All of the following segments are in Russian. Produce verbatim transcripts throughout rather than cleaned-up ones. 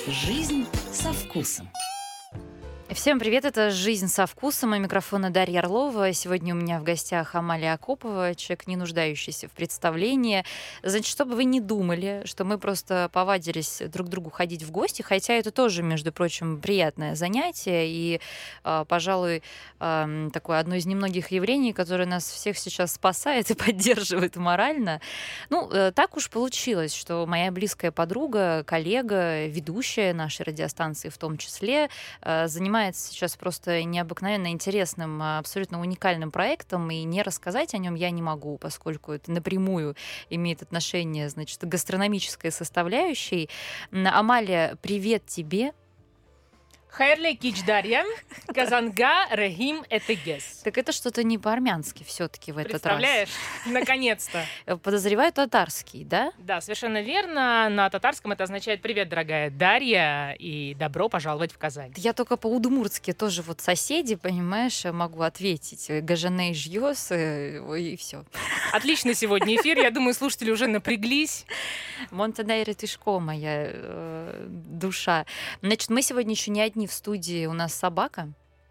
Жизнь со вкусом. Всем привет, это «Жизнь со вкусом», у микрофона Дарья Орлова. Сегодня у меня в гостях Амалия Акопова, человек, не нуждающийся в представлении. Значит, чтобы вы не думали, что мы просто повадились друг к другу ходить в гости, хотя это тоже, между прочим, приятное занятие и, э, пожалуй, э, такое одно из немногих явлений, которое нас всех сейчас спасает и поддерживает морально. Ну, э, так уж получилось, что моя близкая подруга, коллега, ведущая нашей радиостанции в том числе, э, занимается сейчас просто необыкновенно интересным, абсолютно уникальным проектом, и не рассказать о нем я не могу, поскольку это напрямую имеет отношение, значит, к гастрономической составляющей. Амалия, привет тебе. Хайрле кич Дарья, казанга рахим этегес. Так это что-то не по-армянски все-таки в этот раз. Представляешь? Наконец-то. Подозреваю, татарский, да? Да, совершенно верно. На татарском это означает «Привет, дорогая Дарья, и добро пожаловать в Казань». Я только по-удмуртски тоже вот соседи, понимаешь, могу ответить. Гажаней жьёс, и все. Отличный сегодня эфир. Я думаю, слушатели уже напряглись. Монтенейро Тишко, моя э, душа. Значит, мы сегодня еще не одни в студии, у нас собака.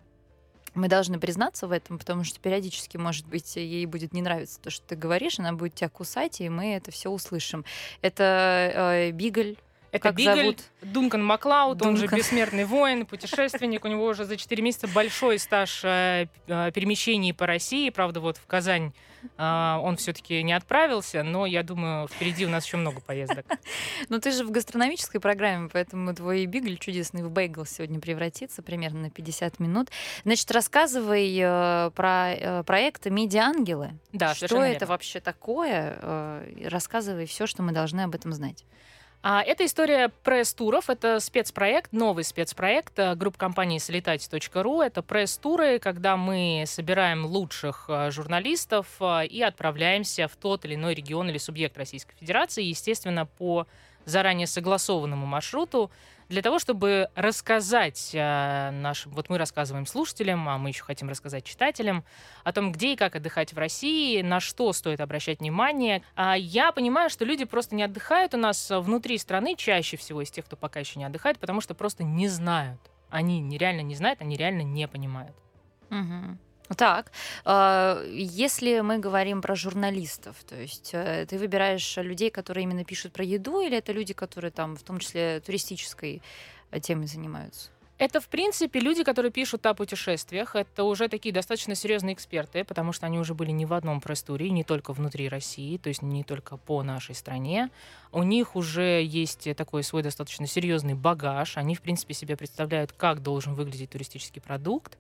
Мы должны признаться в этом, потому что периодически, может быть, ей будет не нравиться то, что ты говоришь, она будет тебя кусать, и мы это все услышим. Это э, Бигль. Это как Бигль, зовут? Дункан Маклауд, он же Дункан. бессмертный воин, путешественник. У него уже за четыре месяца большой стаж э, э, перемещений по России. Правда, вот в Казань э, он все-таки не отправился, но я думаю, впереди у нас еще много поездок. Ну, ты же в гастрономической программе, поэтому твой Бигль чудесный в бейгл сегодня превратится примерно на пятьдесят минут. Значит, рассказывай э, про э, проект «Медиа-ангелы». Да, что совершенно это верно. вообще такое? Э, рассказывай все, что мы должны об этом знать. А, это история пресс-туров, это спецпроект, новый спецпроект э, группы компании слетать точка ру. Это пресс-туры, когда мы собираем лучших э, журналистов э, и отправляемся в тот или иной регион или субъект Российской Федерации, естественно, по заранее согласованному маршруту, для того, чтобы рассказать э, нашим, вот мы рассказываем слушателям, а мы еще хотим рассказать читателям о том, где и как отдыхать в России, на что стоит обращать внимание. А я понимаю, что люди просто не отдыхают у нас внутри страны, чаще всего из тех, кто пока еще не отдыхает, потому что просто не знают. Они нереально не знают, они реально не понимают. Угу. Так, э, если мы говорим про журналистов, то есть э, ты выбираешь людей, которые именно пишут про еду, или это люди, которые там в том числе туристической э, темой занимаются? Это, в принципе, люди, которые пишут о путешествиях. Это уже такие достаточно серьезные эксперты, потому что они уже были не в одном пресс-туре, не только внутри России, то есть не только по нашей стране. У них уже есть такой свой достаточно серьезный багаж. Они, в принципе, себе представляют, как должен выглядеть туристический продукт.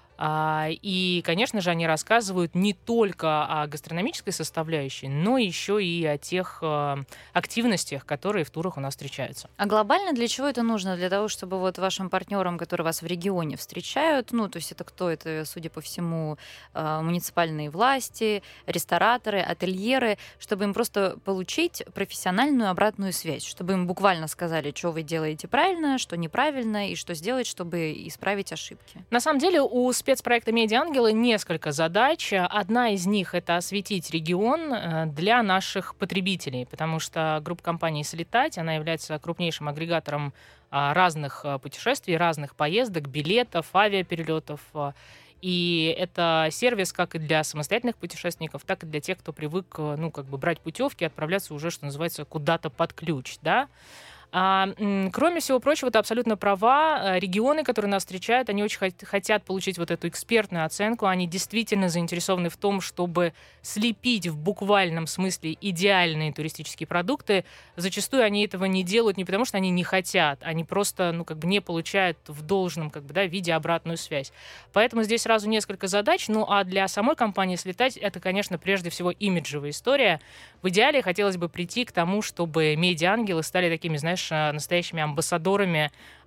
И, конечно же, они рассказывают не только о гастрономической составляющей, но еще и о тех активностях, которые в турах у нас встречаются. А глобально для чего это нужно? Для того, чтобы вот вашим партнерам, которые вас в регионе встречают, ну, то есть это кто? Это, судя по всему, муниципальные власти, рестораторы, ательеры, чтобы им просто получить профессиональную обратную связь, чтобы им буквально сказали, что вы делаете правильно, что неправильно, и что сделать, чтобы исправить ошибки. На самом деле у спецпроекта «Медиа-ангелы» несколько задач. Одна из них — это осветить регион для наших потребителей, потому что группа компании «Слетать», она является крупнейшим агрегатором разных путешествий, разных поездок, билетов, авиаперелетов. И это сервис как и для самостоятельных путешественников, так и для тех, кто привык, ну, как бы брать путевки и отправляться уже, что называется, куда-то под ключ, да. А, кроме всего прочего, ты абсолютно права. Регионы, которые нас встречают, они очень хот- хотят получить вот эту экспертную оценку. Они действительно заинтересованы в том, чтобы слепить в буквальном смысле идеальные туристические продукты. Зачастую они этого не делают не потому, что они не хотят, они просто, ну, как бы не получают в должном, как бы, да, виде обратную связь. Поэтому здесь сразу несколько задач. Ну, а для самой компании «Слетать» это, конечно, прежде всего имиджевая история. В идеале хотелось бы прийти к тому, чтобы медиа-ангелы стали такими, знаешь, настоящими амбассадорами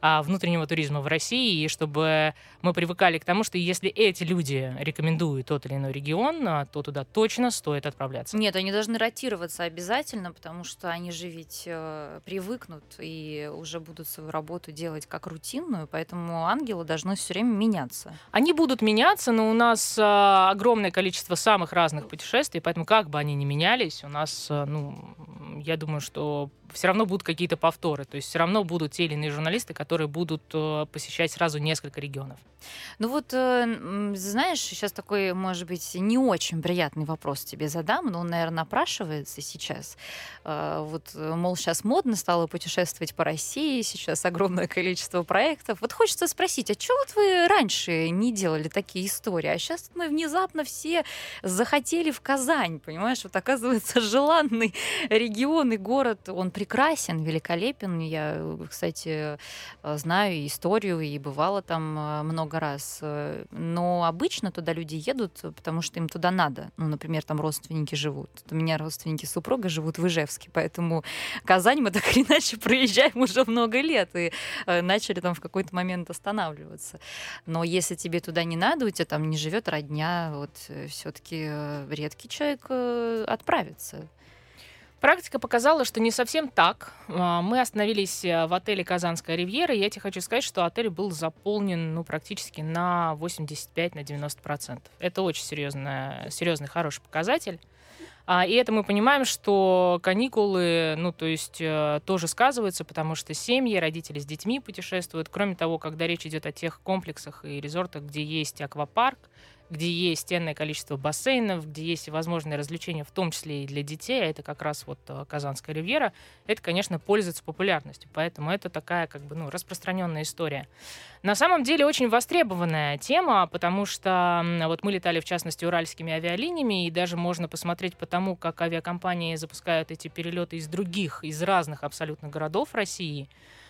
а, внутреннего туризма в России, и чтобы мы привыкали к тому, что если эти люди рекомендуют тот или иной регион, а, то туда точно стоит отправляться. Нет, они должны ротироваться обязательно, потому что они же ведь э, привыкнут и уже будут свою работу делать как рутинную, поэтому ангелы должны все время меняться. Они будут меняться, но у нас а, огромное количество самых разных путешествий, поэтому как бы они ни менялись, у нас, а, ну, я думаю, что все равно будут какие-то повторы, то есть все равно будут те или иные журналисты, которые будут а, посещать сразу несколько регионов. Ну вот, э, знаешь, сейчас такой, может быть, не очень приятный вопрос тебе задам, но он, наверное, напрашивается сейчас. Э, вот, мол, сейчас модно стало путешествовать по России, сейчас огромное количество проектов. Вот хочется спросить, а что вот вы раньше не делали такие истории? А сейчас мы внезапно все захотели в Казань, понимаешь? Вот оказывается, желанный регион и город, он прекрасен, великолепен. Я, кстати, знаю историю и бывала там много раз. Но обычно туда люди едут, потому что им туда надо. Ну, например, там родственники живут. У меня родственники супруга живут в Ижевске, поэтому Казань мы так или иначе проезжаем уже много лет и начали там в какой-то момент останавливаться. Но если тебе туда не надо, у тебя там не живет родня, вот все-таки редкий человек отправится. Практика показала, что не совсем так. Мы остановились в отеле «Казанская ривьера», и я тебе хочу сказать, что отель был заполнен ну, практически на восемьдесят пять - девяносто процентов. Это очень серьезный, серьезный, хороший показатель. И это мы понимаем, что каникулы, ну, то есть, тоже сказываются, потому что семьи, родители с детьми путешествуют. Кроме того, когда речь идет о тех комплексах и резортах, где есть аквапарк, где есть энное количество бассейнов, где есть возможные развлечения, в том числе и для детей, а это как раз вот Казанская ривьера, это, конечно, пользуется популярностью. Поэтому это такая как бы ну, распространенная история. На самом деле очень востребованная тема, потому что вот мы летали, в частности, уральскими авиалиниями, и даже можно посмотреть по тому, как авиакомпании запускают эти перелеты из других, из разных абсолютно городов России,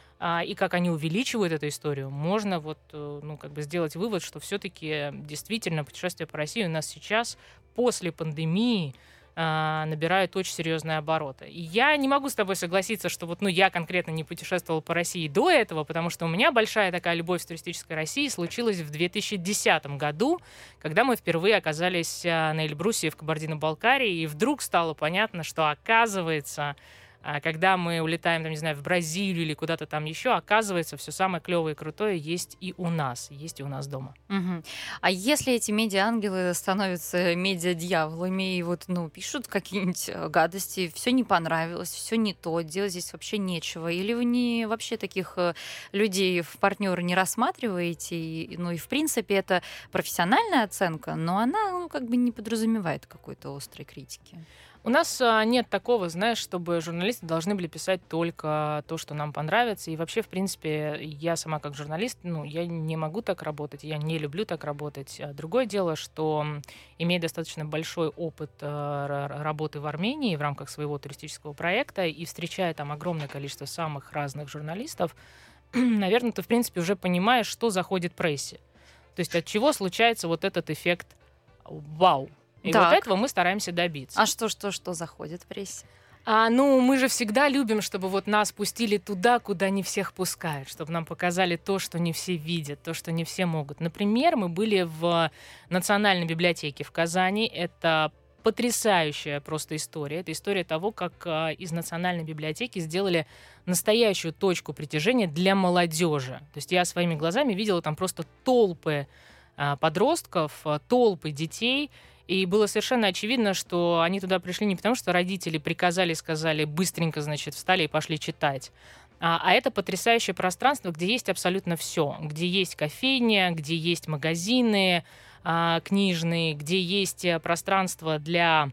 и как они увеличивают эту историю, можно вот, ну, как бы сделать вывод, что все-таки действительно путешествия по России у нас сейчас после пандемии а, набирают очень серьезные обороты. И я не могу с тобой согласиться, что вот, ну, я конкретно не путешествовала по России до этого, потому что у меня большая такая любовь к туристической России случилась в две тысячи десятом году, когда мы впервые оказались на Эльбрусе в Кабардино-Балкарии, и вдруг стало понятно, что оказывается... Когда мы улетаем, там, не знаю, в Бразилию или куда-то там еще, оказывается, все самое клевое и крутое есть и у нас, есть и у нас дома. Угу. А если эти медиа-ангелы становятся медиа-дьяволами и вот, ну, пишут какие-нибудь гадости, все не понравилось, все не то, делать здесь вообще нечего, или вы не вообще таких людей в партнеры не рассматриваете, и, ну и в принципе это профессиональная оценка, но она, ну, как бы не подразумевает какой-то острой критики? У нас а, нет такого, знаешь, чтобы журналисты должны были писать только то, что нам понравится. И вообще, в принципе, я сама как журналист, ну, я не могу так работать, я не люблю так работать. А другое дело, что имея достаточно большой опыт а, работы в Армении в рамках своего туристического проекта и встречая там огромное количество самых разных журналистов, наверное, ты, в принципе, уже понимаешь, что заходит прессе. То есть от чего случается вот этот эффект «вау». И так. Вот этого мы стараемся добиться. А что, что, что заходит в прессе? А, ну, мы же всегда любим, чтобы вот нас пустили туда, куда не всех пускают, чтобы нам показали то, что не все видят, то, что не все могут. Например, мы были в Национальной библиотеке в Казани. Это потрясающая просто история. Это история того, как а, из Национальной библиотеки сделали настоящую точку притяжения для молодежи. То есть я своими глазами видела там просто толпы а, подростков, а, толпы детей. И было совершенно очевидно, что они туда пришли не потому, что родители приказали, сказали, быстренько, значит, встали и пошли читать. А, а это потрясающее пространство, где есть абсолютно все. Где есть кофейня, где есть магазины а, книжные, где есть пространство для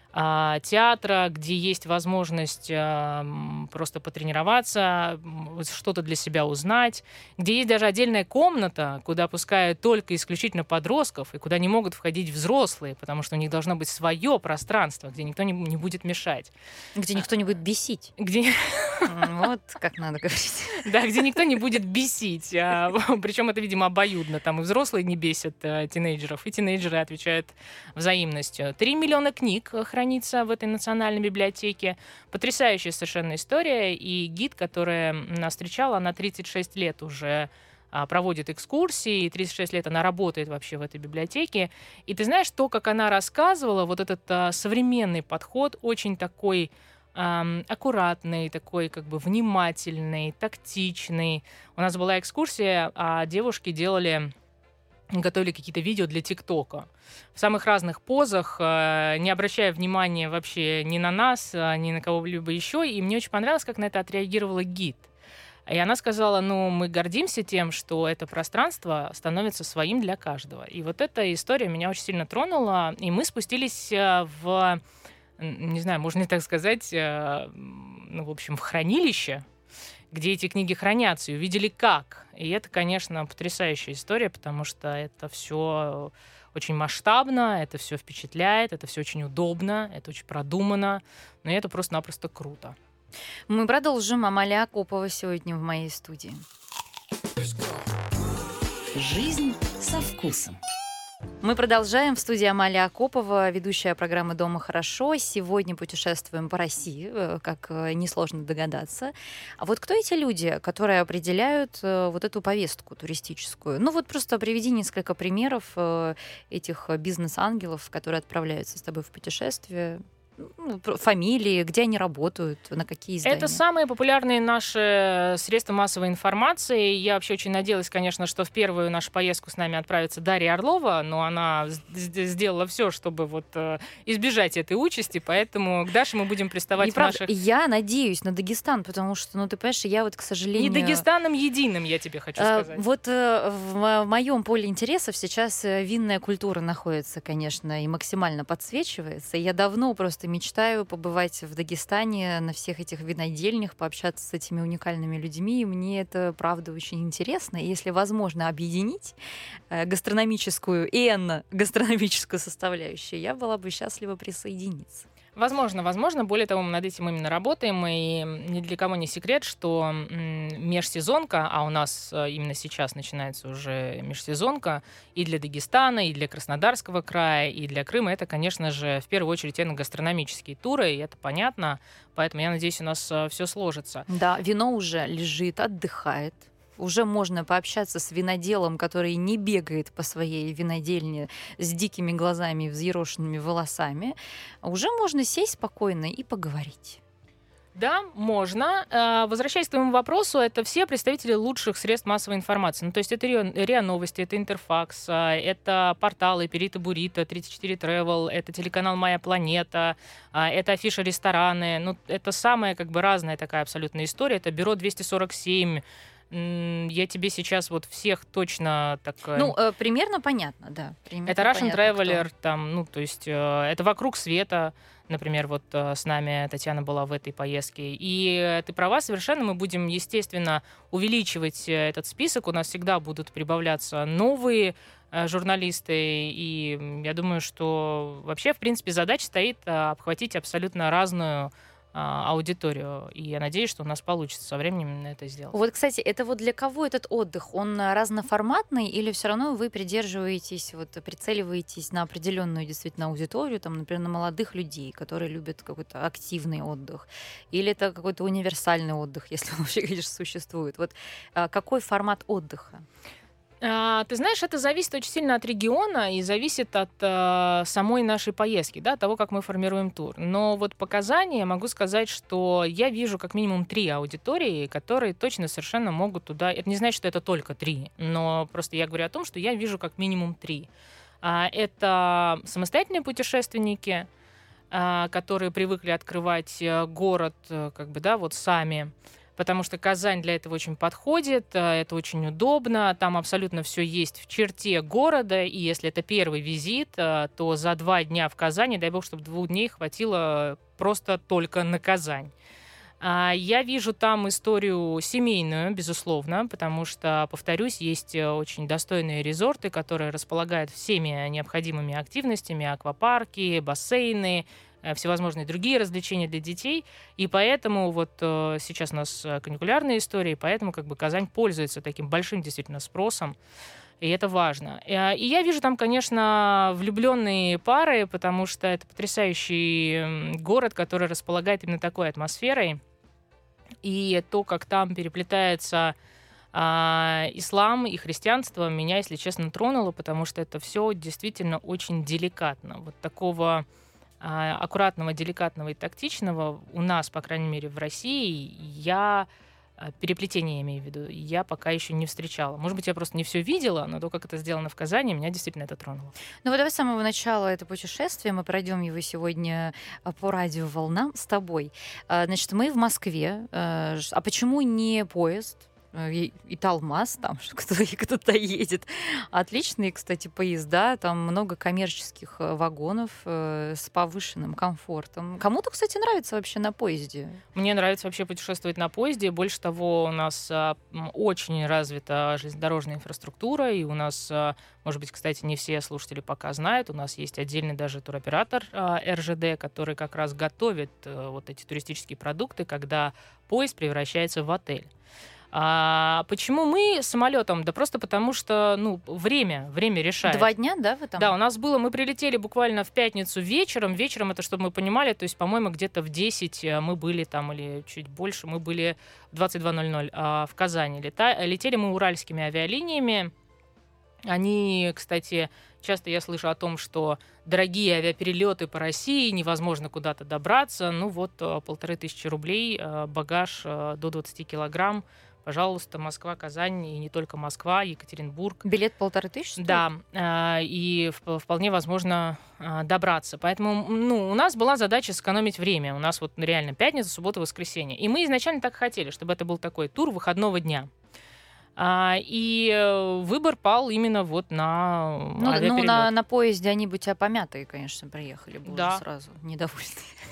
а, театра, где есть возможность а, просто потренироваться, что-то для себя узнать, где есть даже отдельная комната, куда пускают только исключительно подростков и куда не могут входить взрослые, потому что у них должно быть свое пространство, где никто не, не будет мешать. Где никто не будет бесить. Где... М, Вот как надо говорить. Да, где никто не будет бесить. Причем это, видимо, обоюдно. Там и взрослые не бесят э, тинейджеров, и тинейджеры отвечают взаимностью. Три миллиона книг э, хранится в этой национальной библиотеке. Потрясающая совершенно история. И гид, которая нас встречала, она тридцать шесть лет уже а, проводит экскурсии, и тридцать шесть лет она работает вообще в этой библиотеке. И ты знаешь, то, как она рассказывала, вот этот а, современный подход, очень такой ам, аккуратный, такой как бы внимательный, тактичный. У нас была экскурсия, а девушки делали готовили какие-то видео для ТикТока в самых разных позах, э, не обращая внимания вообще ни на нас, э, ни на кого-либо еще. И мне очень понравилось, как на это отреагировала гид. И она сказала, ну, мы гордимся тем, что это пространство становится своим для каждого. И вот эта история меня очень сильно тронула. И мы спустились э, в, н- не знаю, можно ли так сказать, э, ну, в общем, в хранилище, где эти книги хранятся, и увидели как. И это, конечно, потрясающая история, потому что это все очень масштабно, это все впечатляет, это все очень удобно, это очень продумано, но это просто-напросто круто. Мы продолжим. Амалия Акопова сегодня в моей студии. Жизнь со вкусом. Мы продолжаем. В студии Амалия Акопова, ведущая программы «Дома хорошо». Сегодня путешествуем по России, э, как э, несложно догадаться. А вот кто эти люди, которые определяют э, вот эту повестку туристическую? Ну вот просто приведи несколько примеров э, этих э, бизнес-ангелов, которые отправляются с тобой в путешествие. Ну, про- фамилии, где они работают, на какие издания. Это самые популярные наши средства массовой информации. Я вообще очень надеялась, конечно, что в первую нашу поездку с нами отправится Дарья Орлова, но она с- с- сделала все, чтобы вот э, избежать этой участи, поэтому к Даше мы будем приставать в Неправда. наших... Я надеюсь на Дагестан, потому что, ну, ты понимаешь, я вот, к сожалению... Не Дагестаном единым, я тебе хочу Э, сказать. Вот э, в моем поле интересов сейчас э, винная культура находится, конечно, и максимально подсвечивается. Я давно просто мечтаю побывать в Дагестане на всех этих винодельнях, пообщаться с этими уникальными людьми. И мне это, правда, очень интересно. И если возможно объединить э, гастрономическую и гастрономическую составляющую, я была бы счастлива присоединиться. Возможно, возможно. Более того, мы над этим именно работаем, и ни для кого не секрет, что м, межсезонка, а у нас э, именно сейчас начинается уже межсезонка, и для Дагестана, и для Краснодарского края, и для Крыма, это, конечно же, в первую очередь гастрономические туры, и это понятно, поэтому я надеюсь, у нас все сложится. Да, вино уже лежит, отдыхает. Уже можно пообщаться с виноделом, который не бегает по своей винодельне с дикими глазами и взъерошенными волосами. Уже можно сесть спокойно и поговорить. Да, можно. Э, Возвращаясь к твоему вопросу, это все представители лучших средств массовой информации. Ну, то есть это РИА, РИА Новости, это Интерфакс, э, это порталы Перита Бурита, тридцать четыре Travel, это телеканал Моя планета, э, это Афиша рестораны. Ну, это самая как бы разная такая абсолютная история. Это Бюро двести сорок семь. М, Я тебе сейчас вот всех точно так... э, Ну, э, примерно понятно, да. примерно Это Russian понятно, Traveler, кто. там, ну, то есть э, это «Вокруг света», например, вот э, с нами Татьяна была в этой поездке. И э, ты права совершенно, мы будем, естественно, увеличивать э, этот список, у нас всегда будут прибавляться новые э, журналисты, и м, я думаю, что вообще, в принципе, задача стоит э, обхватить абсолютно разную а, аудиторию, и я надеюсь, что у нас получится со временем это сделать. Вот, кстати, это вот для кого этот отдых? Он а, разноформатный или все равно вы придерживаетесь, вот прицеливаетесь на определенную действительно аудиторию, там, например, на молодых людей, которые любят какой-то активный отдых? Или это какой-то универсальный отдых, если он вообще, конечно, существует? Вот а, какой формат отдыха? А, Ты знаешь, это зависит очень сильно от региона и зависит от э, самой нашей поездки, да, того, как мы формируем тур. Но вот по Казани я могу сказать, что я вижу как минимум три аудитории, которые точно совершенно могут туда... Это не значит, что это только три, но просто я говорю о том, что я вижу как минимум три. А, Это самостоятельные путешественники, а, которые привыкли открывать э, город, э, как бы, да, вот сами, потому что Казань для этого очень подходит, э, это очень удобно, там абсолютно все есть в черте города, и если это первый визит, э, то за два дня в Казани, дай бог, чтобы двух дней хватило просто только на Казань. А, Я вижу там историю семейную, безусловно, потому что, повторюсь, есть э, очень достойные резорты, которые располагают всеми необходимыми активностями, аквапарки, бассейны, всевозможные другие развлечения для детей. И поэтому вот э, сейчас у нас каникулярная история, и поэтому как бы Казань пользуется таким большим действительно спросом. И это важно. И я вижу там, конечно, влюбленные пары, потому что это потрясающий город, который располагает именно такой атмосферой. И то, как там переплетается а, ислам и христианство, меня, если честно, тронуло, потому что это все действительно очень деликатно. Вот такого а, аккуратного, деликатного и тактичного у нас, по крайней мере, в России, я... переплетение, я имею в виду, я пока еще не встречала. Может быть, я просто не все видела, но то, как это сделано в Казани, меня действительно это тронуло. Ну вот давай с самого начала это путешествие, мы пройдем его сегодня по радиоволнам с тобой. Значит, мы в Москве. А почему не поезд? И, и Талмас, там кто-то, кто-то едет. Отличные, кстати, поезда, там много коммерческих вагонов э, с повышенным комфортом. Кому-то, кстати, нравится вообще на поезде. Мне нравится вообще путешествовать на поезде. Больше того, у нас а, очень развита железнодорожная инфраструктура, и у нас, а, может быть, кстати, не все слушатели пока знают, у нас есть отдельный даже туроператор а, эр жэ дэ, который как раз готовит а, вот эти туристические продукты, когда поезд превращается в отель. А почему мы самолетом? Да просто потому что, ну, время, время решает. Два дня, да, вы там? Да, у нас было, мы прилетели буквально в пятницу вечером. Вечером, это чтобы мы понимали, то есть, по-моему, где-то в десять мы были там, или чуть больше, мы были в двадцать два ноль ноль а, в Казани. Лета, летели мы уральскими авиалиниями. Они, кстати, часто я слышу о том, что дорогие авиаперелеты по России, невозможно куда-то добраться. Ну вот, полторы тысячи рублей, багаж до двадцать килограмм. Пожалуйста, Москва, Казань, и не только Москва, Екатеринбург. Билет полторы тысячи стоит? Да, и вполне возможно добраться. Поэтому ну, у нас была задача сэкономить время. У нас вот реально пятница, суббота, воскресенье. И мы изначально так хотели, чтобы это был такой тур выходного дня. А, и выбор пал именно вот на ну, авиаперелет. Ну, на, на поезде они бы тебя помятые, конечно, приехали бы да. уже сразу, недовольные.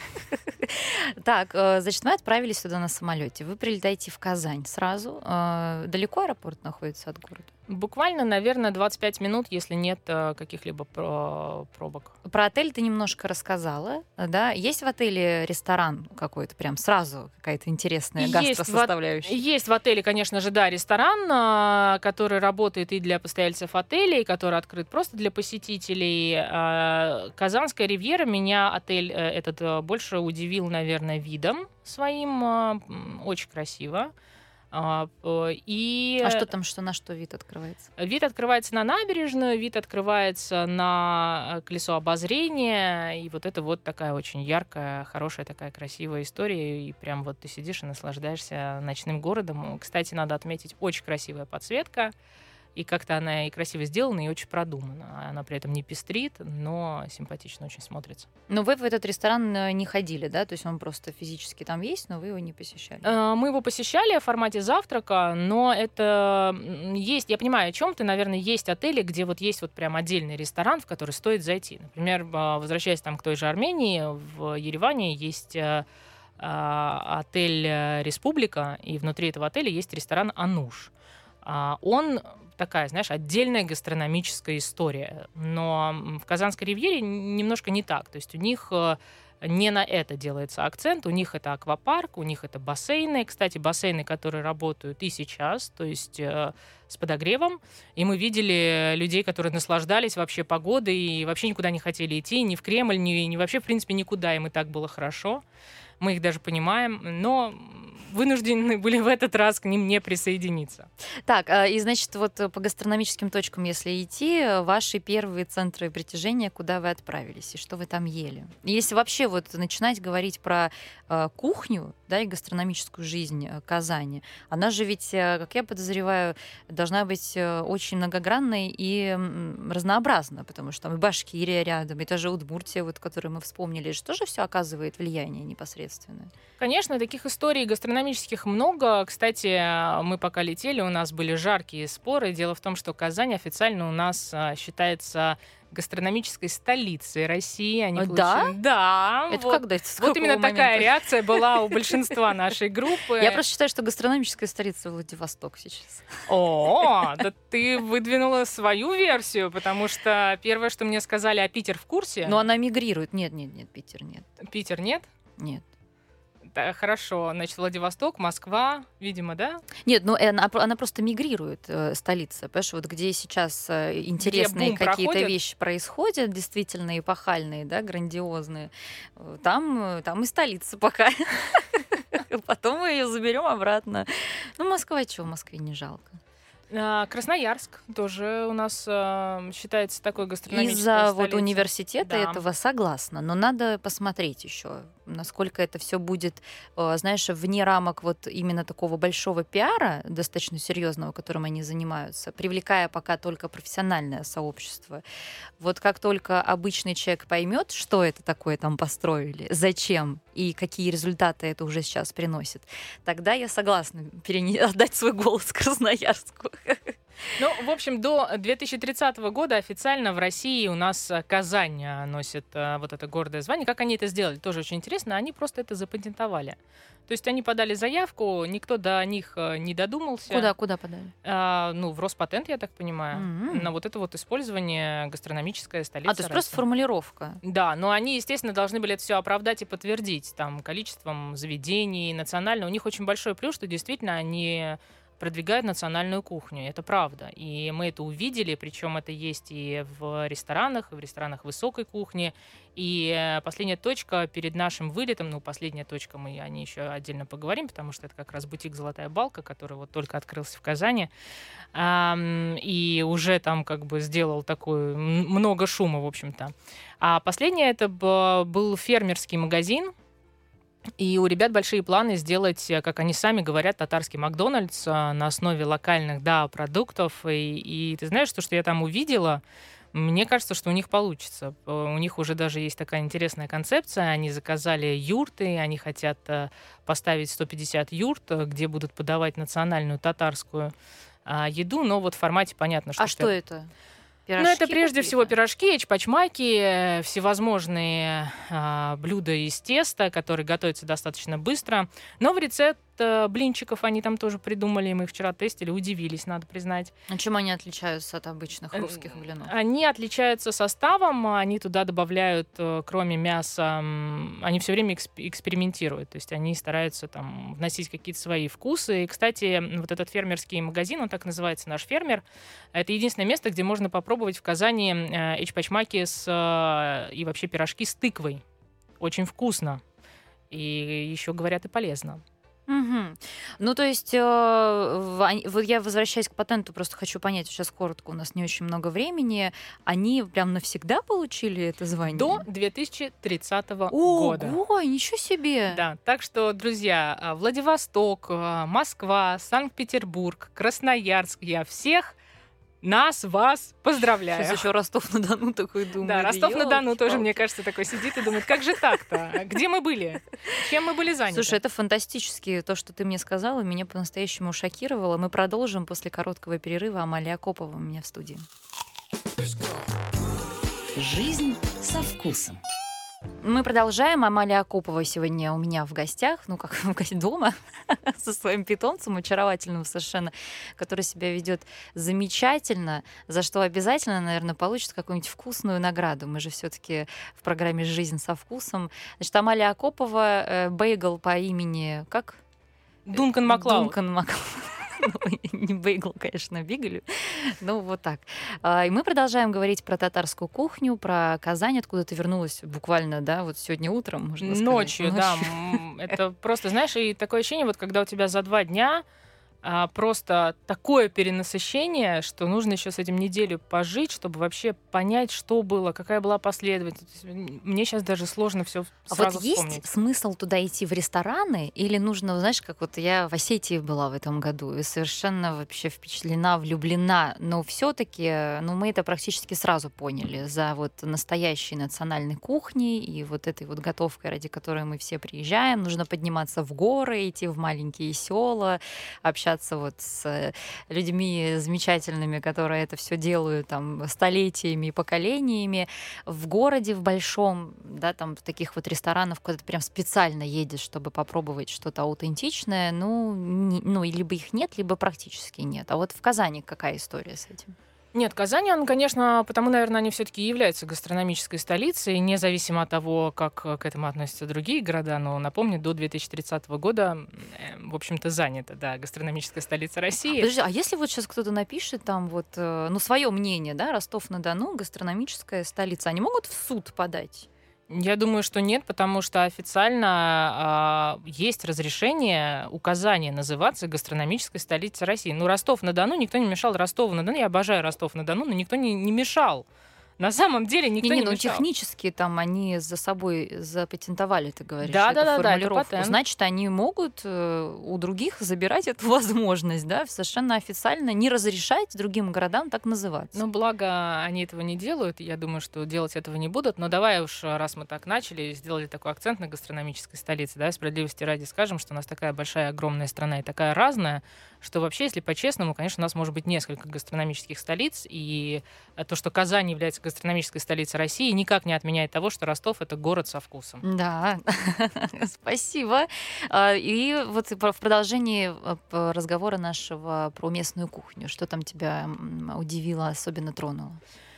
Так, значит, мы отправились туда на самолете. Вы прилетаете в Казань сразу. Далеко аэропорт находится от города? Буквально, наверное, двадцать пять минут, если нет каких-либо пробок. Про отель ты немножко рассказала, да? Есть в отеле ресторан какой-то, прям сразу какая-то интересная гастросоставляющая? Есть в, есть в отеле, конечно же, да, ресторан, который работает и для постояльцев отеля, и который открыт просто для посетителей. Казанская ривьера, меня отель этот больше удивил, наверное, видом своим. Очень красиво. И... А что там, что на что вид открывается? Вид открывается на набережную, вид открывается на колесо обозрения, и вот это вот такая очень яркая, хорошая, такая красивая история, и прям вот ты сидишь и наслаждаешься ночным городом. Кстати, надо отметить, очень красивая подсветка, и как-то она и красиво сделана, и очень продумана. Она при этом не пестрит, но симпатично очень смотрится. Но вы в этот ресторан не ходили, да? То есть он просто физически там есть, но вы его не посещали? Мы его посещали в формате завтрака, но это есть, я понимаю, о чем ты, наверное, есть отели, где вот есть вот прям отдельный ресторан, в который стоит зайти. Например, возвращаясь там к той же Армении, в Ереване есть отель «Республика», и внутри этого отеля есть ресторан «Ануш». Он такая, знаешь, отдельная гастрономическая история. Но в Казанской ривьере немножко не так. То есть у них не на это делается акцент. У них это аквапарк, у них это бассейны. Кстати, бассейны, которые работают и сейчас, то есть э, с подогревом. И мы видели людей, которые наслаждались вообще погодой и вообще никуда не хотели идти, ни в Кремль, ни, ни вообще, в принципе, никуда. Им и так было хорошо. Мы их даже понимаем. Но вынуждены были в этот раз к ним не присоединиться. Так, и, значит, вот по гастрономическим точкам, если идти, ваши первые центры притяжения, куда вы отправились, и что вы там ели? Если вообще вот начинать говорить про э, кухню, да, и гастрономическую жизнь Казани, она же ведь, как я подозреваю, должна быть очень многогранной и разнообразна, потому что там и Башкирия рядом, и та же Удмуртия, вот, которую мы вспомнили, что же все оказывает влияние непосредственно? ответственны. Конечно, таких историй гастрономических много. Кстати, мы пока летели, у нас были жаркие споры. Дело в том, что Казань официально у нас а, считается гастрономической столицей России. Они А, получили- да? Да. Это вот. когда? Это с Вот какого именно такая момента? реакция была у большинства нашей группы. Я просто считаю, что гастрономическая столица Владивосток сейчас. О, да ты выдвинула свою версию, потому что первое, что мне сказали, а Питер в курсе? Но она мигрирует. Нет, нет, нет, Питер нет. Питер нет? Нет. Да, хорошо. Значит, Владивосток, Москва, видимо, да? Нет, ну она, она просто мигрирует, э, столица. Понимаешь, вот где сейчас э, интересные бум какие-то проходит? вещи происходят, действительно эпохальные, да, грандиозные, э, там, э, там и столица пока. Потом мы ее заберем обратно. Ну, Москва, чего, в Москве не жалко. А, Красноярск тоже у нас а, считается такой гастрономической Из-за вот столицей. университета Да. этого согласна, но надо посмотреть еще, насколько это все будет, э, знаешь, вне рамок вот именно такого большого пиара, достаточно серьезного, которым они занимаются, привлекая пока только профессиональное сообщество. Вот как только обычный человек поймет, что это такое там построили, зачем и какие результаты это уже сейчас приносит, тогда я согласна перене- отдать свой голос Красноярску. Ну, в общем, до две тысячи тридцатого года официально в России у нас а, Казань а, носит а, вот это гордое звание. Как они это сделали, тоже очень интересно. Они просто это запатентовали. То есть они подали заявку, никто до них а, не додумался. Куда, куда подали? А, ну, в Роспатент, я так понимаю, М. на вот это вот использование гастрономическая столица А, то есть просто России. формулировка. Да, но они, естественно, должны были это все оправдать и подтвердить там количеством заведений, национально. У них очень большой плюс, что действительно они продвигают национальную кухню. Это правда. И мы это увидели, причем это есть и в ресторанах, и в ресторанах высокой кухни. И э, последняя точка перед нашим вылетом, ну, последняя точка, мы о ней еще отдельно поговорим, потому что это как раз бутик «Золотая балка», который вот только открылся в Казани. Ам, и уже там как бы сделал такой м- много шума, в общем-то. А последнее это б- был фермерский магазин. И у ребят большие планы сделать, э, как они сами говорят, татарский Макдональдс а, на основе локальных, да, продуктов. И, и ты знаешь, то, что я там увидела, мне кажется, что у них получится. Э, У них уже даже есть такая интересная концепция. Они заказали юрты, они хотят э, поставить сто пятьдесят юрт, э, где будут подавать национальную татарскую а, еду, но вот в формате понятно, что А что это? ну, это Пирожки прежде всего какие-то? пирожки, эчпачмаки, э, всевозможные а, блюда из теста, которые готовятся достаточно быстро. Новый рецепт э, блинчиков они там тоже придумали, мы их вчера тестили, удивились, надо признать. А чем они отличаются от обычных Э, русских блинов? Они отличаются составом, они туда добавляют, э, кроме мяса, м, они все время эксп- экспериментируют, то есть они стараются там вносить какие-то свои вкусы. И, кстати, м, вот этот фермерский магазин, он так называется, «Наш фермер», это единственное место, где можно попробовать в Казани э, эчпачмаки с, э, и вообще пирожки с тыквой. Очень вкусно. И еще, говорят, и полезно. Мгм. Ну, то есть, э, в- они- вот я возвращаясь к патенту, просто хочу понять, сейчас коротко, у нас не очень много времени, они прям навсегда получили это звание? До две тысячи тридцатого года. Ого, ничего себе! Да, так что, друзья, а, Владивосток, а, Москва, Санкт-Петербург, Красноярск, я всех нас, вас поздравляю. Сейчас еще Ростов-на-Дону такой думаю. Да, Ростов-на-Дону тоже, ёлки-палки. мне кажется, такой сидит и думает, как же так-то? Где мы были? Чем мы были заняты? Слушай, это фантастически, то, что ты мне сказала, меня по-настоящему шокировало. Мы продолжим после короткого перерыва. Амалия Акопова у меня в студии. Жизнь со вкусом. Мы продолжаем. Амалия Акопова сегодня у меня в гостях, ну как в гостях дома, со своим питомцем, очаровательным совершенно, который себя ведет замечательно, за что обязательно, наверное, получит какую-нибудь вкусную награду. Мы же все-таки в программе «Жизнь со вкусом». Значит, Амалия Акопова, э, бейгл по имени как? Дункан Маклауд. Дункан Маклауд. Ну, не бейгл, конечно, бигелю. Ну, вот так. А, И мы продолжаем говорить про татарскую кухню, про Казань, откуда ты вернулась буквально, да, вот сегодня утром, можно сказать. Ночью, да. м, Это просто, знаешь, и такое ощущение, вот когда у тебя за два дня а, просто такое перенасыщение, что нужно еще с этим неделю пожить, чтобы вообще понять, что было, какая была последовательность. Мне сейчас даже сложно все А сразу вот есть вспомнить. смысл туда идти в рестораны или нужно, знаешь, как вот я в Осетии была в этом году и совершенно вообще впечатлена, влюблена, но все-таки, ну, мы это практически сразу поняли за вот настоящей национальной кухней и вот этой вот готовкой, ради которой мы все приезжаем. Нужно подниматься в горы, идти в маленькие села, общаться вот с людьми замечательными, которые это все делают там столетиями и поколениями. В городе, в большом, да, там таких вот ресторанов, куда ты прям специально едешь, чтобы попробовать что-то аутентичное, ну, не- ну, и либо их нет, либо практически нет. А вот в Казани какая история с этим? Нет, Казань, он, конечно, потому, наверное, они все-таки являются гастрономической столицей, независимо от того, как э, к этому относятся другие города. Но напомню, до две тысячи тридцатого года, э, в общем-то, занята, да, гастрономическая столица России. Подожди, а если вот сейчас кто-то напишет там вот, э, ну, свое мнение, да, Ростов-на-Дону, гастрономическая столица, они могут в суд подать? Я думаю, что нет, потому что официально а, есть разрешение, указание называться гастрономической столицей России. Ну, Ростов-на-Дону, никто не мешал Ростову-на-Дону. Я обожаю Ростов-на-Дону, но никто не, не мешал. На самом деле никто Не-не, не ну мешал. технически там они за собой запатентовали, ты говоришь, Да, эту да, да, да, это формулировку. патент. Значит, они могут э, у других забирать эту возможность, да, совершенно официально не разрешать другим городам так называться. Ну, благо, они этого не делают. Я думаю, что делать этого не будут. Но давай уж, раз мы так начали, сделали такой акцент на гастрономической столице, да, справедливости ради скажем, что у нас такая большая, огромная страна и такая разная, что вообще, если по-честному, конечно, у нас может быть несколько гастрономических столиц, и то, что Казань является гастрономической столицей России, никак не отменяет того, что Ростов — это город со вкусом. Да, спасибо. А, И вот и про- в продолжении э, п- разговора нашего про местную кухню, что там тебя м, удивило, особенно тронуло?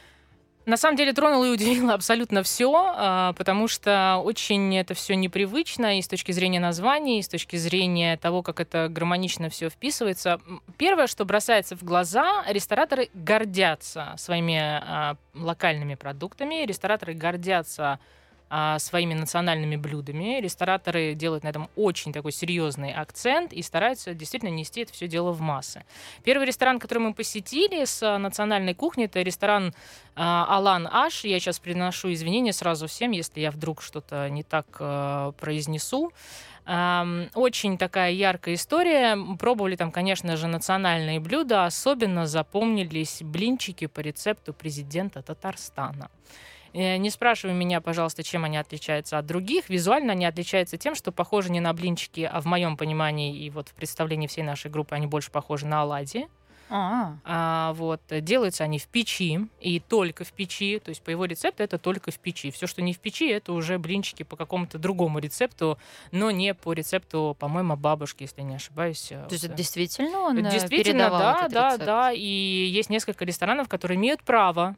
На самом деле тронуло и удивило абсолютно все, потому что очень это все непривычно и с точки зрения названий, и с точки зрения того, как это гармонично все вписывается. М, Первое, что бросается в глаза, рестораторы гордятся своими а, локальными продуктами, рестораторы гордятся а, своими национальными блюдами. Рестораторы делают на этом очень такой серьезный акцент и стараются действительно нести это все дело в массы. Первый ресторан, который мы посетили с а, национальной кухней, это ресторан а, Алан Аш. Я сейчас приношу извинения сразу всем, если я вдруг что-то не так а, произнесу. Ам, Очень такая яркая история. Пробовали там, конечно же, национальные блюда. Особенно запомнились блинчики по рецепту президента Татарстана. Э, Не спрашивай меня, пожалуйста, чем они отличаются от других. Визуально они отличаются тем, что похожи не на блинчики, а в моем понимании и вот в представлении всей нашей группы они больше похожи на оладьи. А, А, вот, э, делаются они в печи и только в печи. То есть по его рецепту это только в печи. Все, что не в печи, это уже блинчики по какому-то другому рецепту, но не по рецепту, по-моему, бабушки, если не ошибаюсь. э, то есть это вот, э. действительно он э, Действительно, передавал да, этот да, рецепт? да. И есть несколько ресторанов, которые имеют право,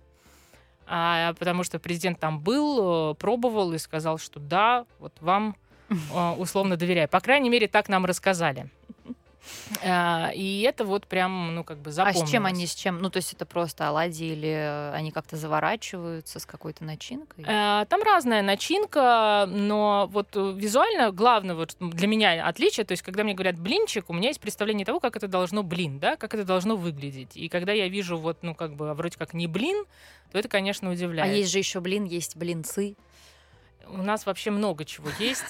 а, потому что президент там был, э, пробовал и сказал, что да, вот вам э, условно доверяю. По крайней мере, так нам рассказали. А, И это вот прям, ну, как бы А запомнилось. с чем они, с чем? Ну, то есть это просто оладьи или э, они как-то заворачиваются с какой-то начинкой? Э, Там разная начинка, но вот э, визуально главное вот для меня отличие, то есть когда мне говорят блинчик, у меня есть представление того, как это должно блин, да, как это должно выглядеть. И когда я вижу вот, ну, как бы вроде как не блин, то это, конечно, А удивляет. есть же еще блин, есть блинцы. У нас вообще много чего есть.